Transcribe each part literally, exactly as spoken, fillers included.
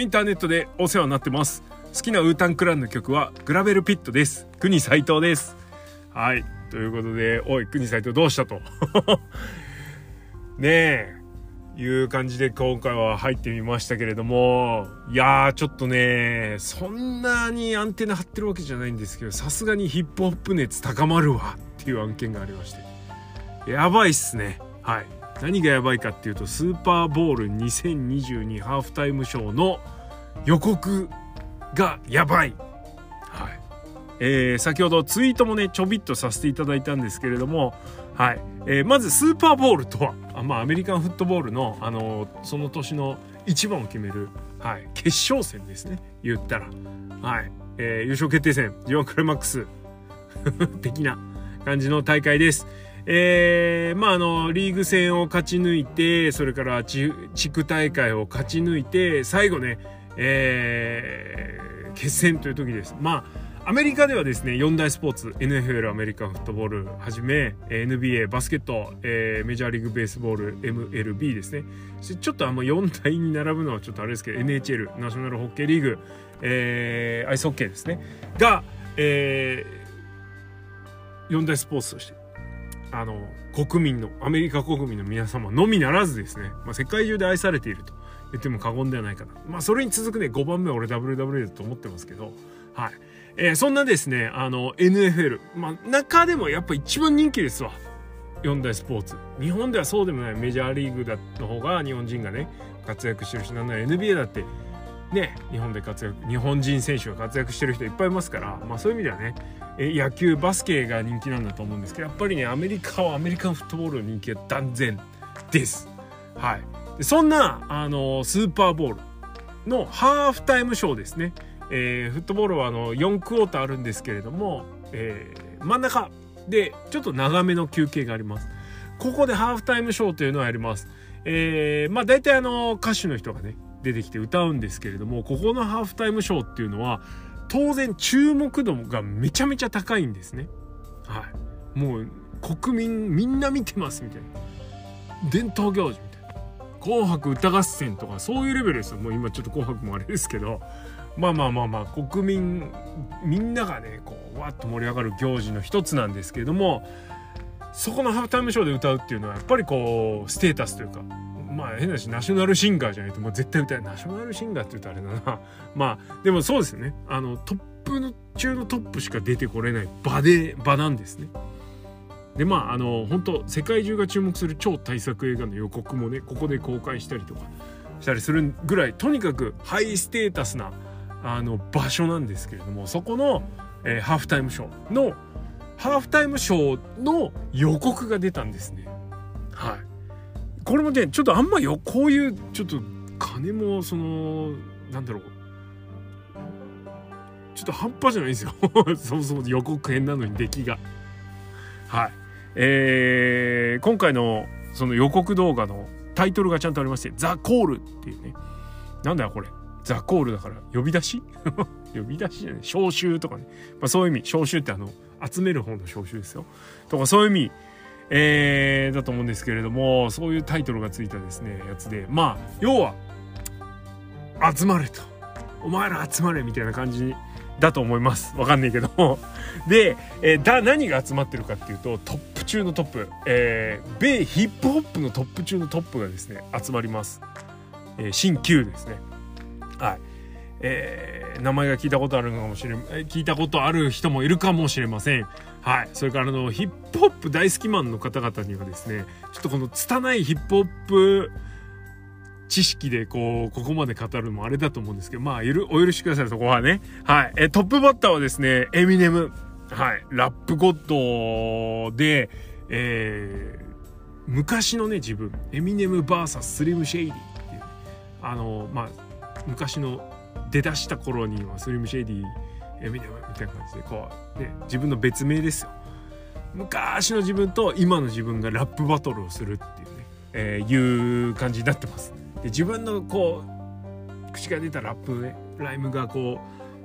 インターネットでお世話になってます。好きなウータンクランの曲はグラベルピットです。国斉藤です。はい、ということで、おい国斉藤どうしたとねえいう感じで今回は入ってみましたけれども、いやーちょっとね、そんなにアンテナ張ってるわけじゃないんですけど、さすがにヒップホップ熱高まるわっていう案件がありまして、やばいっすね。はい、何がやばいかっていうと、スーパーボウルにせんにじゅうにハーフタイムショーの予告がやばい。はい、えー、先ほどツイートもねちょびっとさせていただいたんですけれども、はい、えー、まずスーパーボウルとは、あ、まあ、アメリカンフットボールの、あのー、その年の一番を決める、はい、決勝戦ですね、言ったら。はい、えー、優勝決定戦 ジーワン クライマックス的な感じの大会です。えー、まああのリーグ戦を勝ち抜いて、それから地区大会を勝ち抜いて、最後ね、えー、決戦という時です。まあアメリカではですね、よん大スポーツ エヌエフエル アメリカンフットボールはじめ エヌビーエー バスケット、えー、メジャーリーグベースボール エムエルビー ですね。ちょっとあんまよん大に並ぶのはちょっとあれですけど、 エヌエイチエル ナショナルホッケーリーグ、えー、アイスホッケーですねが、えー、よん大スポーツとしてあの国民のアメリカ国民の皆様のみならずですね、まあ、世界中で愛されていると言っても過言ではないかな。まあそれに続くねごばんめは俺 ダブリューダブリューイー だと思ってますけど、はい、えー、そんなですね、あの エヌエフエル、まあ中でもやっぱ一番人気ですわ、よん大スポーツ。日本ではそうでもないメジャーリーグだの方が日本人がね活躍してるし、なんなら エヌビーエー だってね、日本で活躍、日本人選手が活躍してる人いっぱいいますから、まあそういう意味ではね、え野球バスケが人気なんだと思うんですけど、やっぱりねアメリカはアメリカンフットボールの人気が断然です。はい、でそんなあのスーパーボウルのハーフタイムショーですね。えー、フットボールはあのよんクォーターあるんですけれども、えー、真ん中でちょっと長めの休憩があります。ここでハーフタイムショーというのをやります。えー、まあ大体あの歌手の人がね出てきて歌うんですけれども、ここのハーフタイムショーっていうのは当然注目度がめちゃめちゃ高いんですね。はい、もう国民みんな見てますみたいな、伝統行事みたいな、紅白歌合戦とかそういうレベルですよ。もう今ちょっと紅白もあれですけど、まあまあまあまあ国民みんながねこうわっと盛り上がる行事の一つなんですけれども、そこのハーフタイムショーで歌うっていうのはやっぱりこうステータスというか、まあ変なしナショナルシンガーじゃないともう絶対歌えない。ナショナルシンガーって言うとあれだなまあでもそうですよね、あのトップの中のトップしか出てこれない場で場なんですね。でまああの本当世界中が注目する超大作映画の予告もねここで公開したりとかしたりするぐらい、とにかくハイステータスなあの場所なんですけれども、そこの、えー、ハーフタイムショーのハーフタイムショーの予告が出たんですね。はい、これもねちょっとあんまよこういうちょっと金もそのなんだろうちょっと半端じゃないんですよそもそも予告編なのに出来が。はい、えー、今回のその予告動画のタイトルがちゃんとありまして、ザ・コールっていうね、なんだよこれ、ザ・コールだから呼び出し呼び出しじゃない、招集とかね、まあ、そういう意味、招集ってあの集める方の招集ですよとか、そういう意味、えー、だと思うんですけれども、そういうタイトルがついたですねやつで、まあ要は集まれと、お前ら集まれみたいな感じだと思います。わかんないけどで、えー、だ何が集まってるかっていうと、トップ中のトップ、えー、米ヒップホップのトップ中のトップがですね集まります。えー、新旧ですね。はい、えー、名前が聞いたことあるのかもしれん、聞いたことある人もいるかもしれません。はい、それからあのヒップホップ大好きマンの方々にはですね、ちょっとこの拙いヒップホップ知識でこうここまで語るのもあれだと思うんですけど、まあゆるお許しください、そこはね。はい、えトップバッターはですねエミネム、はい、ラップゴッドで、えー、昔のね自分、エミネム ブイエス スリムシェイディっていう、あのまあ昔の出だした頃にはスリムシェイディ、エミネムみたいな感じでこう、ね、自分の別名ですよ。昔の自分と今の自分がラップバトルをするっていうね、えー、いう感じになってます。で自分のこう口が出たラップね、ライムがこう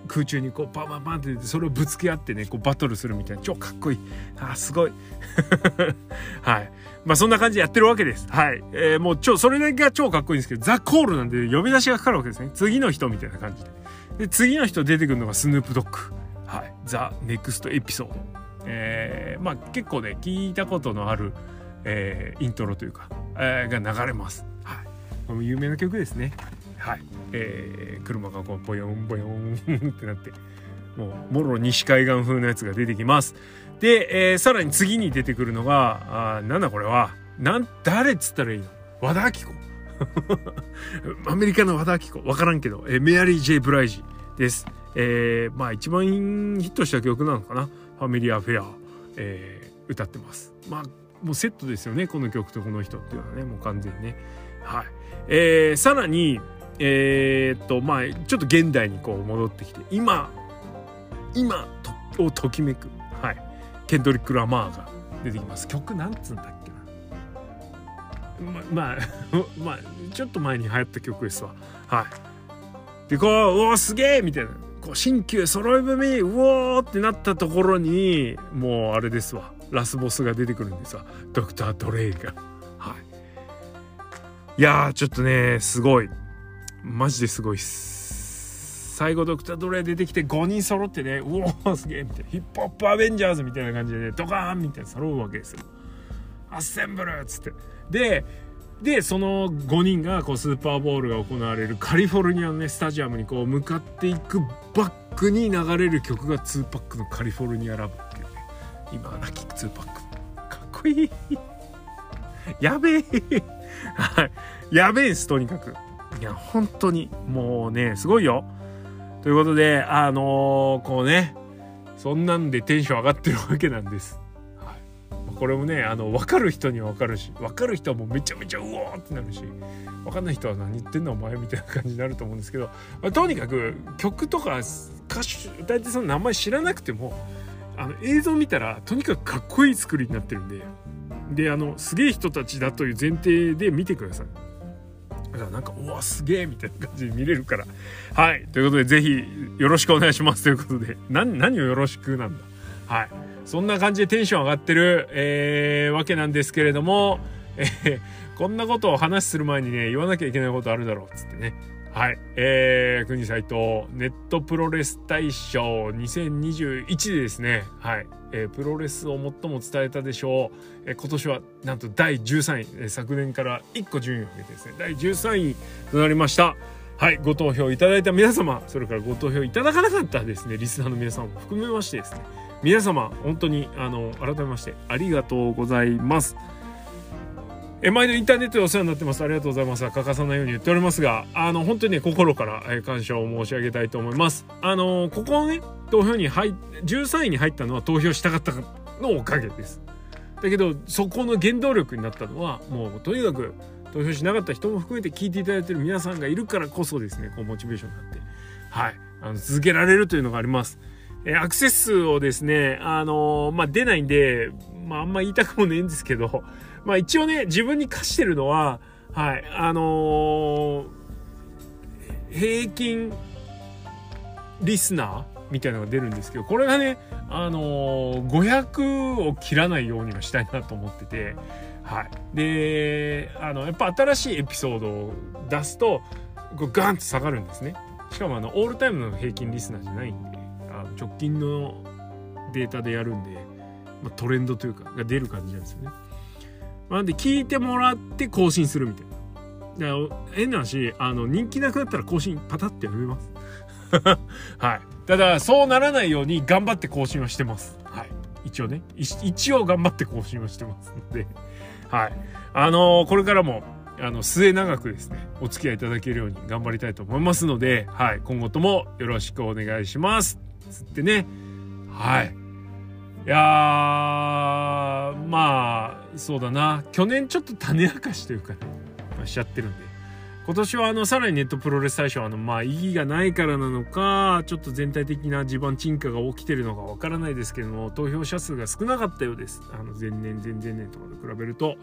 空中にこうバンバンバンってそれをぶつけ合ってねこうバトルするみたいな超かっこいい。あすごいはいまあそんな感じでやってるわけです。はい、えー、もう超それが超かっこいいんですけど、ザ・コールなんで呼び出しがかかるわけですね。次の人みたいな感じで。で次の人出てくるのがスヌープドッグ、はい、ザ・ネクストエピソード、えー、まあ結構ね聞いたことのある、えー、イントロというか、えー、が流れます。はい、これも有名な曲ですね。はい、えー、車がこうボヨンボヨンってなってもうもろ西海岸風のやつが出てきます。で、えー、さらに次に出てくるのがあなんだこれはなん誰っつったらいいの、和田アキ子アメリカの和田アキ子わからんけど、えー、メアリー・ジェイ・ブライジです。えー、まあ一番ヒットした曲なのかな、ファミリーアフェア、えー、歌ってます。まあもうセットですよねこの曲とこの人っていうのはね、もう完全にね。はい、えー、さらにえー、っとまあちょっと現代にこう戻ってきて今今とをときめく、はい、ケンドリック・ラマーが出てきます。曲なんつうんだっけな、ままあまあちょっと前に流行った曲ですわ。はい、でこううおすげえみたいなこう新旧揃い踏みうおーってなったところにもうあれですわ、ラスボスが出てくるんですわ、ドクター・ドレイが。はい、いやーちょっとねすごいマジですごいっす。最後ドクター・ドレイ出てきてごにん揃ってねうおーすげえみたいな、ヒップホップアベンジャーズみたいな感じで、ね、ドカーンみたいな揃うわけですよ。アッセンブルっつってででそのごにんがこうスーパーボウルが行われるカリフォルニアのねスタジアムにこう向かっていくバックに流れる曲がツーパックのカリフォルニアラブっていうね、今はなきツーパックかっこいいやべえはいやべえんすとにかく。いや本当にもうねすごいよ。ということであのー、こうねそんなんでテンション上がってるわけなんです。はい、これもねあの分かる人には分かるし、分かる人はもうめちゃめちゃうおーってなるし、分かんない人は何言ってんのお前みたいな感じになると思うんですけど、まあ、とにかく曲とか歌手歌い手さんの名前知らなくてもあの映像見たらとにかくかっこいい作りになってるんで、であのすげえ人たちだという前提で見てください。だからなんかうわすげえみたいな感じで見れるから。はいということでぜひよろしくお願いしますということで、何何をよろしくなんだ。はいそんな感じでテンション上がってる、えー、わけなんですけれども、えー、こんなことを話する前にね言わなきゃいけないことあるだろうっつってね。はい、えー、国斉藤ネットプロレス大賞にせんにじゅういちでですね、はい、えー、プロレスを最も伝えたでしょう、えー、今年はなんとだいじゅうさんい、えー、昨年からいっこ順位を上げてですねだいじゅうさんいとなりました。はい、ご投票いただいた皆様、それからご投票いただかなかったですねリスナーの皆さんも含めましてですね、皆様本当にあの改めましてありがとうございます。え毎度インターネットでお世話になってます。ありがとうございます。欠かさないように言っておりますが、あの本当にね心から感謝を申し上げたいと思います。あのここのね投票に入じゅうさんいに入ったのは投票したかったのおかげです。だけどそこの原動力になったのはもうとにかく投票しなかった人も含めて聞いていただいている皆さんがいるからこそですね、こうモチベーションになってはいあの続けられるというのがあります。えアクセス数をですねあのまあ出ないんで、まああんま言いたくもねえんですけど。まあ一応ね自分に課してるのははいあのー、平均リスナーみたいなのが出るんですけど、これがねあのー、ごひゃくを切らないようにはしたいなと思ってて、はいであのやっぱ新しいエピソードを出すとこうガンと下がるんですね。しかもあのオールタイムの平均リスナーじゃないんで、あの直近のデータでやるんで、まあ、トレンドというかが出る感じなんですよね。なんで聞いてもらって更新するみたいな。だから変な話あの人気なくなったら更新パタッてやめますはい。ただそうならないように頑張って更新はしてます。はい。一応ね一応頑張って更新はしてますので、はいあのー、これからもあの末永くですねお付き合いいただけるように頑張りたいと思いますので、はい、今後ともよろしくお願いしますつってね。はいいやーまあそうだな、去年ちょっと種明かしというかね、まあ、しちゃってるんで、今年はあのさらにネットプロレス大賞あのまあ意義がないからなのか、ちょっと全体的な地盤沈下が起きてるのかわからないですけども、投票者数が少なかったようです。あの前年前々年とかと比べると、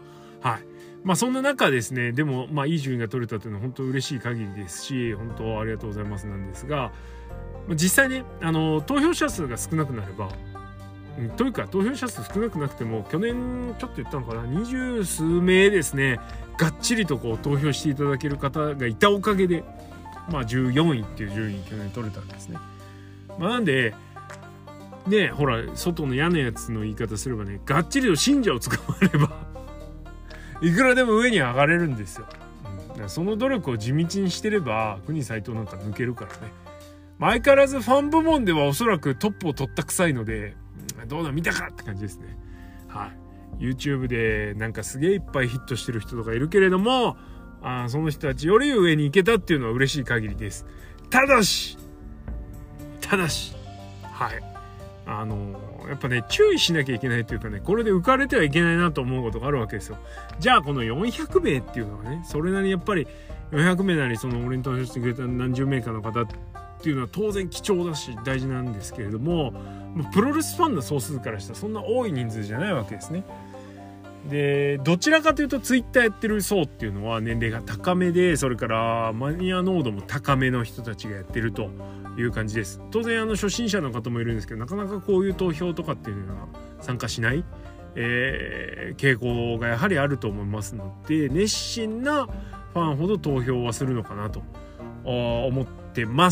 はい。まあそんな中ですね、でもまあいい順位が取れたというのは本当嬉しい限りですし、本当ありがとうございますなんですが、実際ね、あの投票者数が少なくなれば、うん、というか投票者数少なくなくても、去年ちょっと言ったのかな、二十数名ですね、がっちりとこう投票していただける方がいたおかげで、まあじゅうよんいっていう順位去年取れたんですね。まあなんでね、ほら外の嫌なやつの言い方すればね、がっちりと信者を捕まればいくらでも上に上がれるんですよ、うん、その努力を地道にしてれば国斉藤なんか抜けるからね。相変わらずファン部門ではおそらくトップを取った臭いので、うん、どうだ見たかって感じですね。はい、YouTube でなんかすげえいっぱいヒットしてる人とかいるけれども、あその人たちより上に行けたっていうのは嬉しい限りです。ただしただしはいあのやっぱね注意しなきゃいけないというかね、これで浮かれてはいけないなと思うことがあるわけですよ。じゃあこのよんひゃくめいっていうのはね、それなりにやっぱりよんひゃくめいなり、その俺に投票してくれた何十名かの方っていうのは当然貴重だし大事なんですけれども、プロレスファンの総数からしたらそんな多い人数じゃないわけですね。でどちらかというとツイッターやってる層っていうのは年齢が高めで、それからマニア濃度も高めの人たちがやってるという感じです。当然あの初心者の方もいるんですけど、なかなかこういう投票とかっていうのは参加しない、えー、傾向がやはりあると思いますので、熱心なファンほど投票はするのかなと思ってます。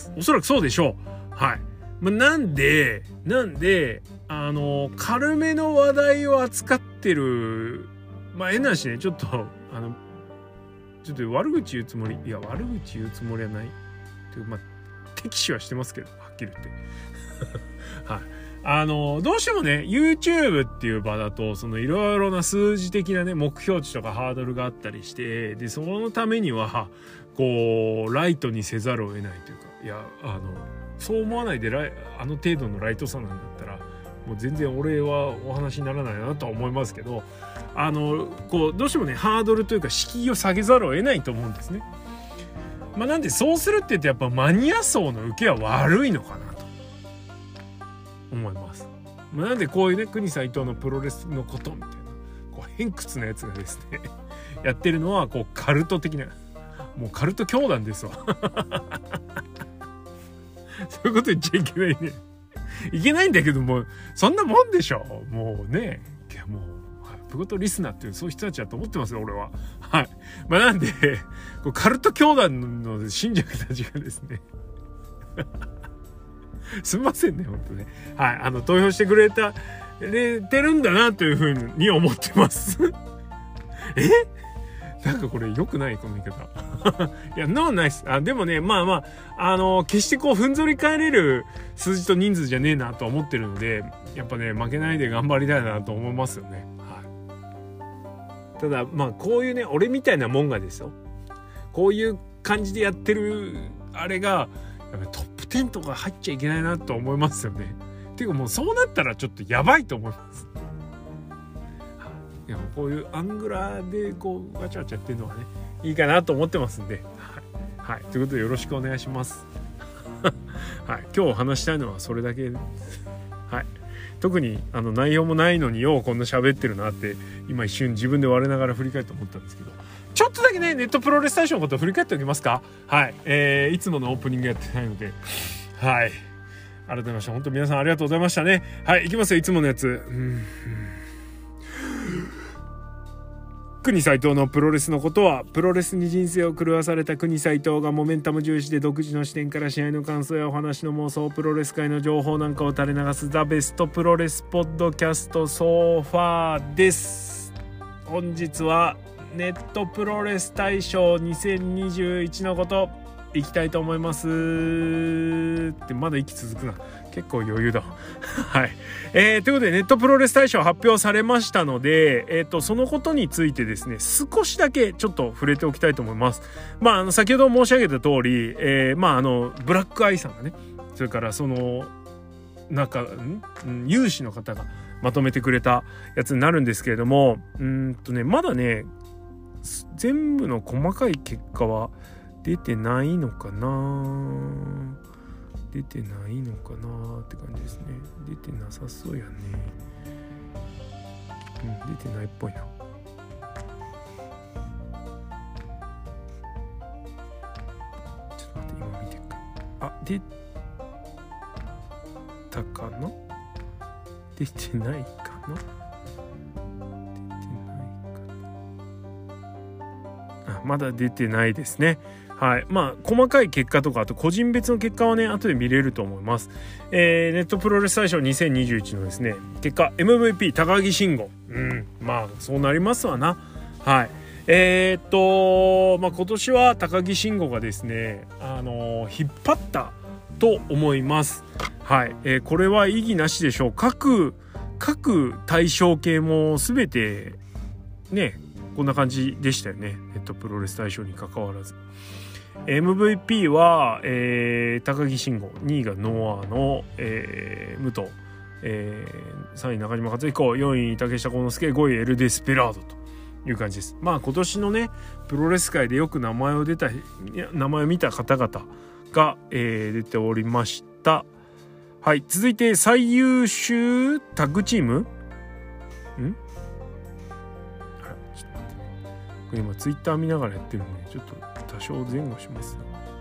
おそらくそうでしょう。はい。まあ、なんでなんであの軽めの話題を扱ってる、まあ変な話ね、ちょっとあのちょっと悪口言うつもりいや悪口言うつもりはないという、まあ敵視はしてますけど、はっきり言ってはい、あのどうしてもね YouTube っていう場だと、そのいろいろな数字的なね目標値とかハードルがあったりして、でそのためにはこうライトにせざるを得ないというか、いやあのそう思わないでライあの程度のライトさなんだったらもう全然俺はお話にならないなとは思いますけど、あのこうどうしてもねハードルというか敷居を下げざるを得ないと思うんですね。まあ、なんでそうするって言ってやっぱマニア層の受けは悪いのかなと思います。まあ、なんでこういうね国斉藤のプロレスのことみたいなこう偏屈なやつがですねやってるのはこうカルト的な、もうカルト教団ですわそういうこと言っちゃいけないねいけないんだけども、そんなもんでしょもうね。いやもうプゴトリスナーっていうそういう人たちだと思ってますよ俺は。はい。まあなんでこうカルト教団の信者たちがですねすみませんね本当ね。はい、あの投票してくれたれてるんだなというふうに思ってますえなんかこれ良くないこの言い方いやノーナイス。あでもねまあまああの決してこうふんぞり返れる数字と人数じゃねえなと思ってるので、やっぱね負けないで頑張りたいなと思いますよね。はい、ただまあこういうね俺みたいなもんがですよ、こういう感じでやってるあれがやっぱトップじゅうとか入っちゃいけないなと思いますよね。ていうかもうそうなったらちょっとやばいと思います。いやこういうアングラでこうわちゃわちゃやってるのはねいいかなと思ってますんで、はい、はい、ということでよろしくお願いしますはい、今日話したいのはそれだけです。はい、特にあの内容もないのにようこんな喋ってるなって今一瞬自分で我ながら振り返って思ったんですけど、ちょっとだけねネットプロレス大賞のことを振り返っておきますか。はい、えー、いつものオープニングやってないので、はい、改めまして本当皆さんありがとうございましたね。はい、いきますよいつものやつ。うん国斉藤のプロレスのことは、プロレスに人生を狂わされた国斉藤がモメンタム重視で独自の視点から試合の感想やお話の妄想、プロレス界の情報なんかを垂れ流すザ・ベストプロレスポッドキャストソーファーです。本日はネットプロレス大賞にせんにじゅういちのこといきたいと思いますってまだ息続くな、結構余裕だはい、えー、ということでネットプロレス大賞発表されましたので、えー、とそのことについてですね少しだけちょっと触れておきたいと思います。まあ、あの先ほど申し上げた通り、えー、まああのブラックアイさんがね、それからそのなんかん有志の方がまとめてくれたやつになるんですけれども、うんとねまだね全部の細かい結果は出てないのかな出てないのかなって感じですね。出てなさそうやね。うん、出てないっぽいな。 出たかな、出てないかな、出てないかな、あまだ出てないですね。はい、まあ細かい結果とかあと個人別の結果はね後で見れると思います。えー、ネットプロレス大賞にせんにじゅういちのですね結果 エムブイピー 高木慎吾、うんまあそうなりますわな。はい、えー、っとまあ今年は高木慎吾がですねあのー、引っ張ったと思います。はい、えー、これは異議なしでしょう。各各対象系もすべてねこんな感じでしたよね。ネットプロレス大賞に関わらず。エムブイピー は、えー、高木慎吾、にいがノアの、えー、武藤、えー、さんい中島克彦、よんい竹下幸之助、ごいエル・デスペラードという感じです。まあ今年のねプロレス界でよく名前を出た名前を見た方々が、えー、出ておりました。はい、続いて最優秀タッグチームん今ツイッター見ながらやってるんでちょっと多少前後します、ね、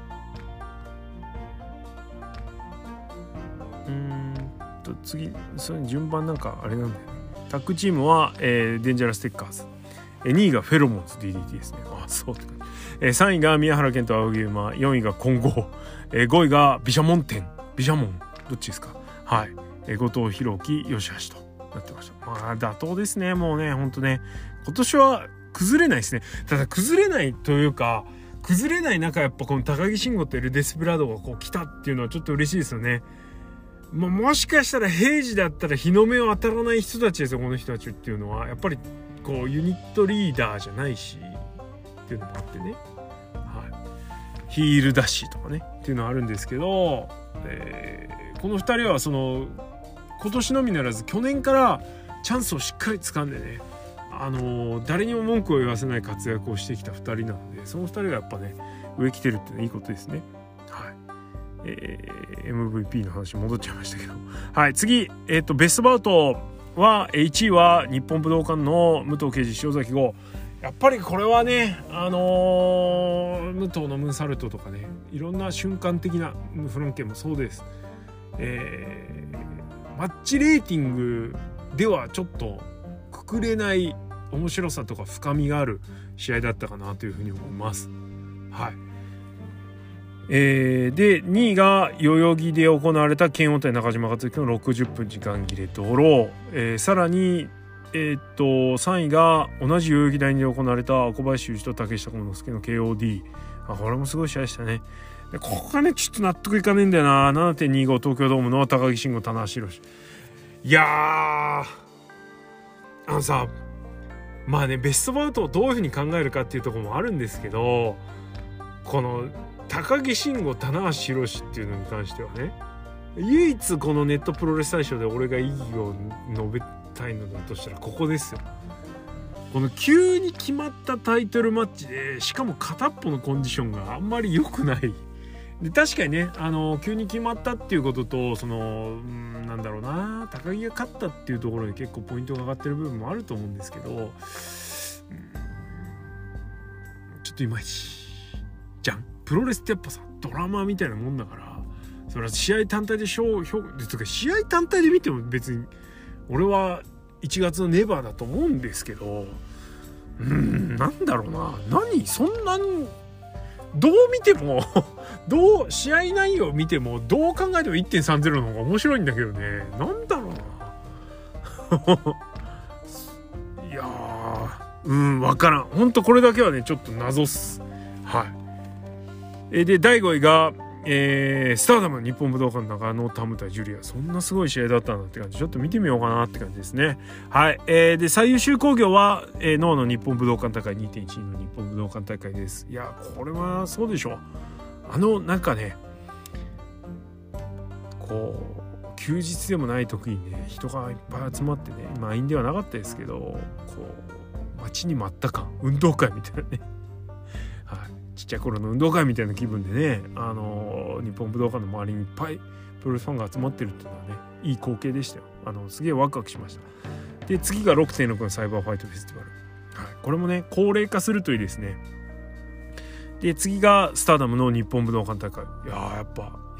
うーんと次その順番なんかあれなんだよね。タッグチームは、えー、デンジャラステッカーズ、えー、にいがフェロモンズ ディーディーティー ですね。あそうって感じ、えー、さんいが宮原健と青木馬、よんいが混合、えー、ごいが毘沙門天毘沙門どっちですか。はい、えー、後藤弘樹吉橋となってました。まあ妥当ですね。もうねほんとね今年は崩れないですね。ただ崩れないというか崩れない中やっぱこの高木慎吾とエル・デスペラードがこう来たっていうのはちょっと嬉しいですよね。まあ、もしかしたら平時だったら日の目を当たらない人たちですよこの人たちっていうのは。やっぱりこうユニットリーダーじゃないしっていうのもあってね、はい、ヒールだしとかねっていうのはあるんですけど、えー、このふたりはその今年のみならず去年からチャンスをしっかり掴んでねあのー、誰にも文句を言わせない活躍をしてきたふたりなのでそのふたりがやっぱね上来てるっていうのはいいことですね。はい、えー、エムブイピー の話戻っちゃいましたけど、はい次、えー、とベストバウトはいちいは日本武道館の武藤敬司塩崎豪。やっぱりこれはねあのー、武藤のムーンサルトとかねいろんな瞬間的なフロンケンもそうです、えー、マッチレーティングではちょっとくくれない面白さとか深みがある試合だったかなというふうに思います。はい、えー、でにいが代々木で行われた剣王対中島克之のろくじゅっぷん時間切れドロー、えー、さらに、えー、っとさんいが同じ代々木第二で行われた小林雄二と竹下幸之助の ケーオーディー。 あこれもすごい試合でしたね。でここがねちょっと納得いかねえんだよな。 ななてんにご 東京ドームの高木慎吾棚橋宏。いやーあのさまあねベストバウトをどういうふうに考えるかっていうところもあるんですけどこの高木慎吾棚橋宏っていうのに関してはね唯一このネットプロレス大賞で俺が意義を述べたいのだとしたらここですよ。この急に決まったタイトルマッチでしかも片っぽのコンディションがあんまり良くないで確かにねあの急に決まったっていうこととそのんなんだろうな高木が勝ったっていうところで結構ポイントが上がってる部分もあると思うんですけどちょっといまいちじゃん。プロレスってやっぱさドラマみたいなもんだからそれは試合単体で評評とか試合単体で見ても別に俺はいちがつのネバーだと思うんですけどうーんなんだろうな何そんなにどう見てもどう試合内容見てもどう考えても いってんさんぜろ の方が面白いんだけどねなんだろうないやーうん分からんほんとこれだけはねちょっと謎っす。はいでだいごいが、えー、スターダム日本武道館の中の田村ジュリアそんなすごい試合だったんだって感じちょっと見てみようかなって感じですね。はい、えー、で最優秀興行は、えー、ノアの日本武道館大会 にてんいちに の日本武道館大会です。いやこれはそうでしょう。あのなんかねこう休日でもない時にね人がいっぱい集まってね満員ではなかったですけどこう待ちに待った感運動会みたいなねはいちっちゃい頃の運動会みたいな気分でね、あのー、日本武道館の周りにいっぱいプロレスファンが集まってるっていうのはねいい光景でしたよ。あのすげえワクワクしました。で次が ろくてんろく のサイバーファイトフェスティバル、はい、これもね高齢化するといいですね。で次がスターダムの日本武道館大会いやーやっぱ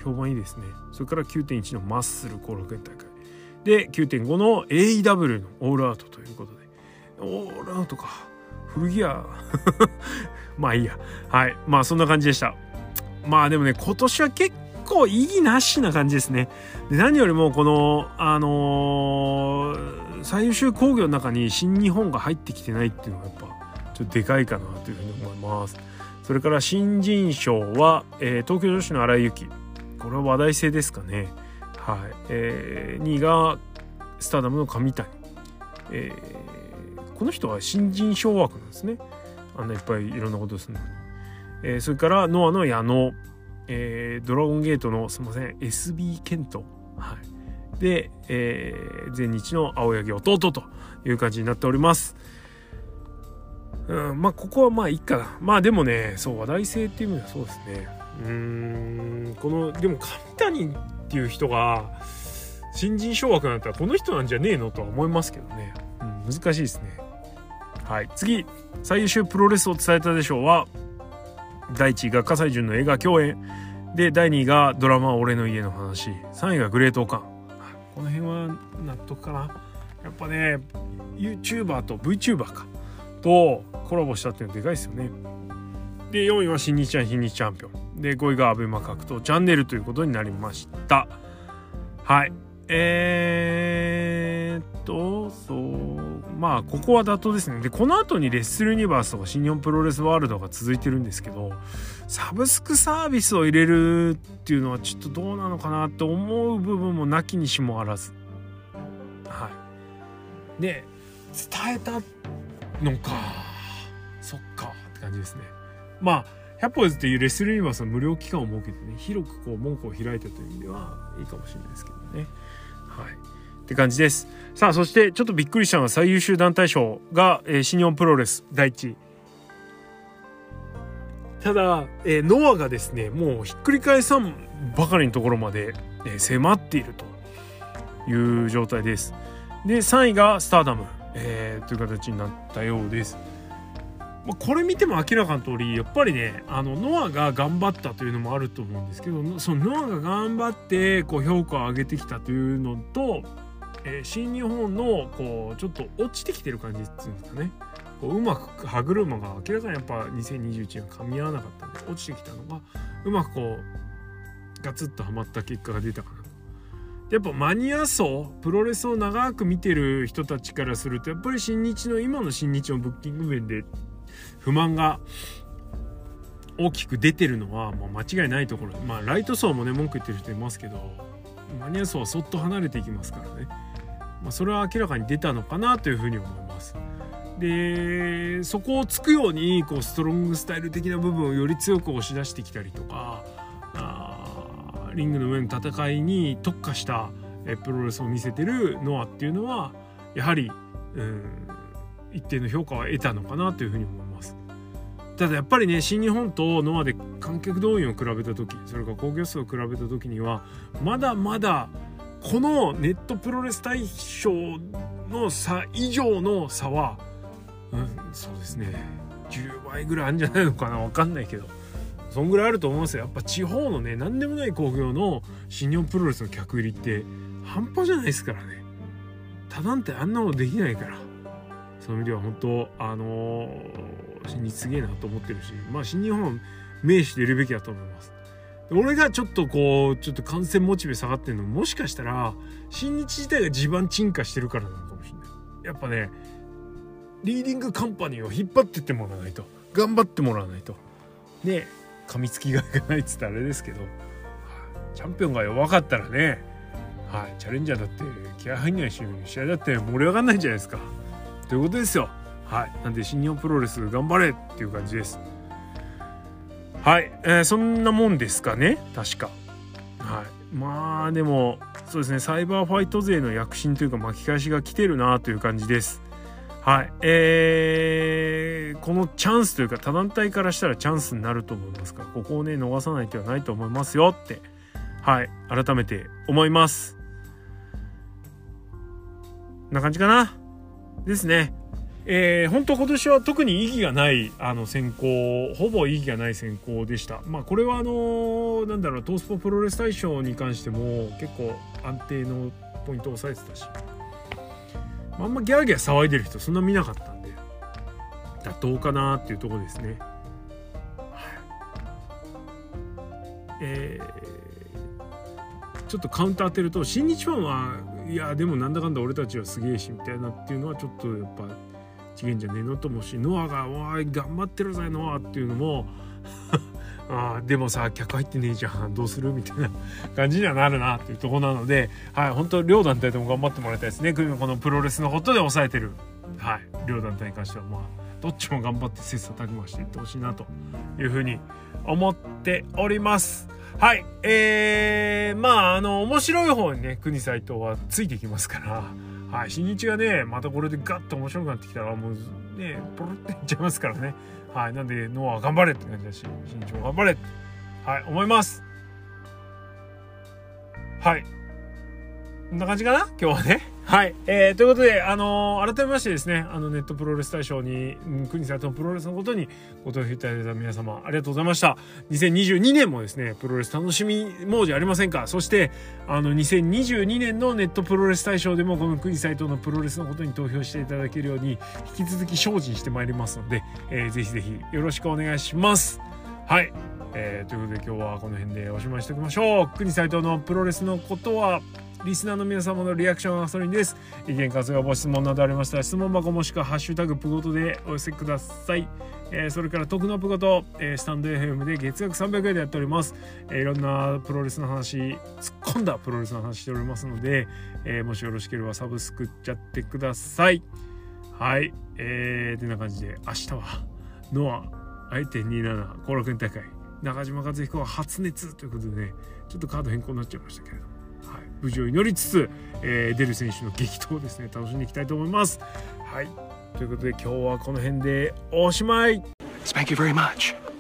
評判いいですね。それから きゅうてんいち のマッスル後楽園大会で きゅうてんご の エーイーダブリュー のオールアウトということで、オールアウトか古着屋まあいいや。はい、まあそんな感じでした。まあでもね、今年は結構意義なしな感じですね。で何よりもこのあのー、最優秀工業の中に新日本が入ってきてないっていうのがやっぱちょっとでかいかなというふうに思います。それから新人賞は、えー、東京女子の荒井由紀、これは話題性ですかね。はい、えー、にいがスターダムの上谷、えー、この人は新人賞枠なんですね。あんないっぱいいろんなことするのに、えー、それからノアの矢野、えー、ドラゴンゲートのすみません エスビー ケント、はい、で、えー、全日の青柳弟という感じになっております。うん、まあここはまあいいかな。まあでもね、そう話題性っていう意味ではそうですね。うーん、このでも上谷っていう人が新人賞枠なんだったらこの人なんじゃねえのとは思いますけどね、うん、難しいですね。はい、次最優秀プロレスを伝えたでしょうはだいいちいが葛西潤の映画共演で、だいにいがドラマ俺の家の話、さんいがグレートオカン。この辺は納得かな。やっぱね YouTuber と VTuber かとコラボしたっていうのでかいですよね。でよんいは新日ちゃん新日チャンピオンで、ごいがアベマ格闘チャンネルということになりました。はい、えーっとそうまあここは妥当ですね。でこの後にレッスルユニバースとか新日本プロレスワールドが続いてるんですけど、サブスクサービスを入れるっていうのはちょっとどうなのかなと思う部分もなきにしもあらず、はいで伝えたのかそっかって感じですね。まあひゃっぽ譲っていうレッスルユニバースの無料期間を設けてね、広くこう門戸を開いたという意味ではいいかもしれないですけどね。はいって感じです。さあそしてちょっとびっくりしたのは最優秀団体賞が、えー、新日本プロレスだいいちい。ただ、えー、ノアがですねもうひっくり返さんばかりのところまで、えー、迫っているという状態です。でさんいがスターダム、えー、という形になったようです。まあ、これ見ても明らかな通りやっぱりねあのノアが頑張ったというのもあると思うんですけど、そのノアが頑張ってこう評価を上げてきたというのと、えー、新日本のこうちょっと落ちてきてる感じっていうんですかね、こううまく歯車が明らかにやっぱにせんにじゅういちねん噛み合わなかったんで落ちてきたのがうまくこうガツッとはまった結果が出たかなと。やっぱマニア層プロレスを長く見てる人たちからするとやっぱり新日の今の新日のブッキング面で不満が大きく出てるのはもう間違いないところで、まあライト層もね文句言ってる人いますけどマニア層はそっと離れていきますからね、まあ、それは明らかに出たのかなというふうに思います。でそこをつくようにこうストロングスタイル的な部分をより強く押し出してきたりとか、あリングの上の戦いに特化したえプロレスを見せてるノアっていうのはやはり、うん、一定の評価は得たのかなというふうに思います。ただやっぱりね新日本とノアで観客動員を比べた時、それから興行数を比べた時にはまだまだこのネットプロレス大賞の差以上の差は、うん、そうですねじゅうばいぐらいあるんじゃないのかな、分かんないけどそんぐらいあると思いますよ。やっぱ地方のね何でもない興行の新日本プロレスの客入りって半端じゃないですからね。他団体あんなのできないから、そういう意味では本当あのー、新日すげえなと思ってるし、まあ新日本名士でいるべきだと思います。俺がちょっとこうちょっと観戦モチベ下がってるのももしかしたら新日自体が地盤沈下してるからなのかもしれない。やっぱねリーディングカンパニーを引っ張ってってもらわないと、頑張ってもらわないとね、噛みつきがいがないっつったらあれですけど、チャンピオンが弱かったらね、はい、チャレンジャーだって気合入んないし試合だって盛り上がんないじゃないですかということですよ。はい、なんで新日本プロレス頑張れっていう感じです。はい、えー、そんなもんですかね確か。はい、まあでもそうですねサイバーファイト勢の躍進というか巻き返しが来てるなという感じです。はい、えー、このチャンスというか他団体からしたらチャンスになると思いますから、ここをね逃さない手はないと思いますよって、はい、改めて思います。こんな感じかなですね。 えー、本当今年は特に意義がないあの選考、ほぼ意義がない選考でした。まあこれはあのー、なんだろう、トースポプロレス大賞に関しても結構安定のポイントを抑えてたし、あんまギャーギャー騒いでる人そんな見なかったんで妥当かなっていうところですね。えー、ちょっとカウンター当てると、新日ファンはいやでもなんだかんだ俺たちはすげえしみたいなっていうのはちょっとやっぱ違うんじゃねえのと思うし、ノアがおい頑張ってるぜノアっていうのもあでもさ客入ってねえじゃんどうするみたいな感じにはなるなっていうところなので、はい、本当両団体とも頑張ってもらいたいですね。このプロレスのことで抑えてる、はい、両団体に関してはまあどっちも頑張って切磋琢磨していってほしいなというふうに思っております。はい、えー、まああの面白い方にね国斉藤はついてきますから、はい、新日がねまたこれでガッと面白くなってきたらもうねポロっていっちゃいますからね。はい、なんでノア頑張れって感じだし、新日も頑張れって、はい、思います。はい、こんな感じかな今日はね。はい、えー、ということで、あのー、改めましてですね、あのネットプロレス大賞に国斉藤のプロレスのことにご投票いただいた皆様ありがとうございました。にせんにじゅうにねんもですねプロレス楽しみもうじゃありませんか。そしてあのにせんにじゅうにねんのネットプロレス大賞でもこの国斉藤のプロレスのことに投票していただけるように引き続き精進してまいりますので、えー、ぜひぜひよろしくお願いします。はい、えー、ということで今日はこの辺でおしまいしておきましょう。国斉藤のプロレスのことはリスナーの皆様のリアクションはガソリンです。意見活用ご質問などありましたら質問箱もしくはハッシュタグプゴトでお寄せください。えー、それから徳のプゴト、えー、スタンド エフエム で月額さんびゃくえんでやっております。えー、いろんなプロレスの話突っ込んだプロレスの話しておりますので、えー、もしよろしければサブスクっちゃってください。はい、えー、てな感じで明日はノア相手にじゅうなな後楽園大会中島和彦は発熱ということでねちょっとカード変更になっちゃいましたけれども、はい、無事を祈りつつ、えー、出る選手の激闘をですね楽しんでいきたいと思います。はい、ということで今日はこの辺でおしまい。 Thank you very much.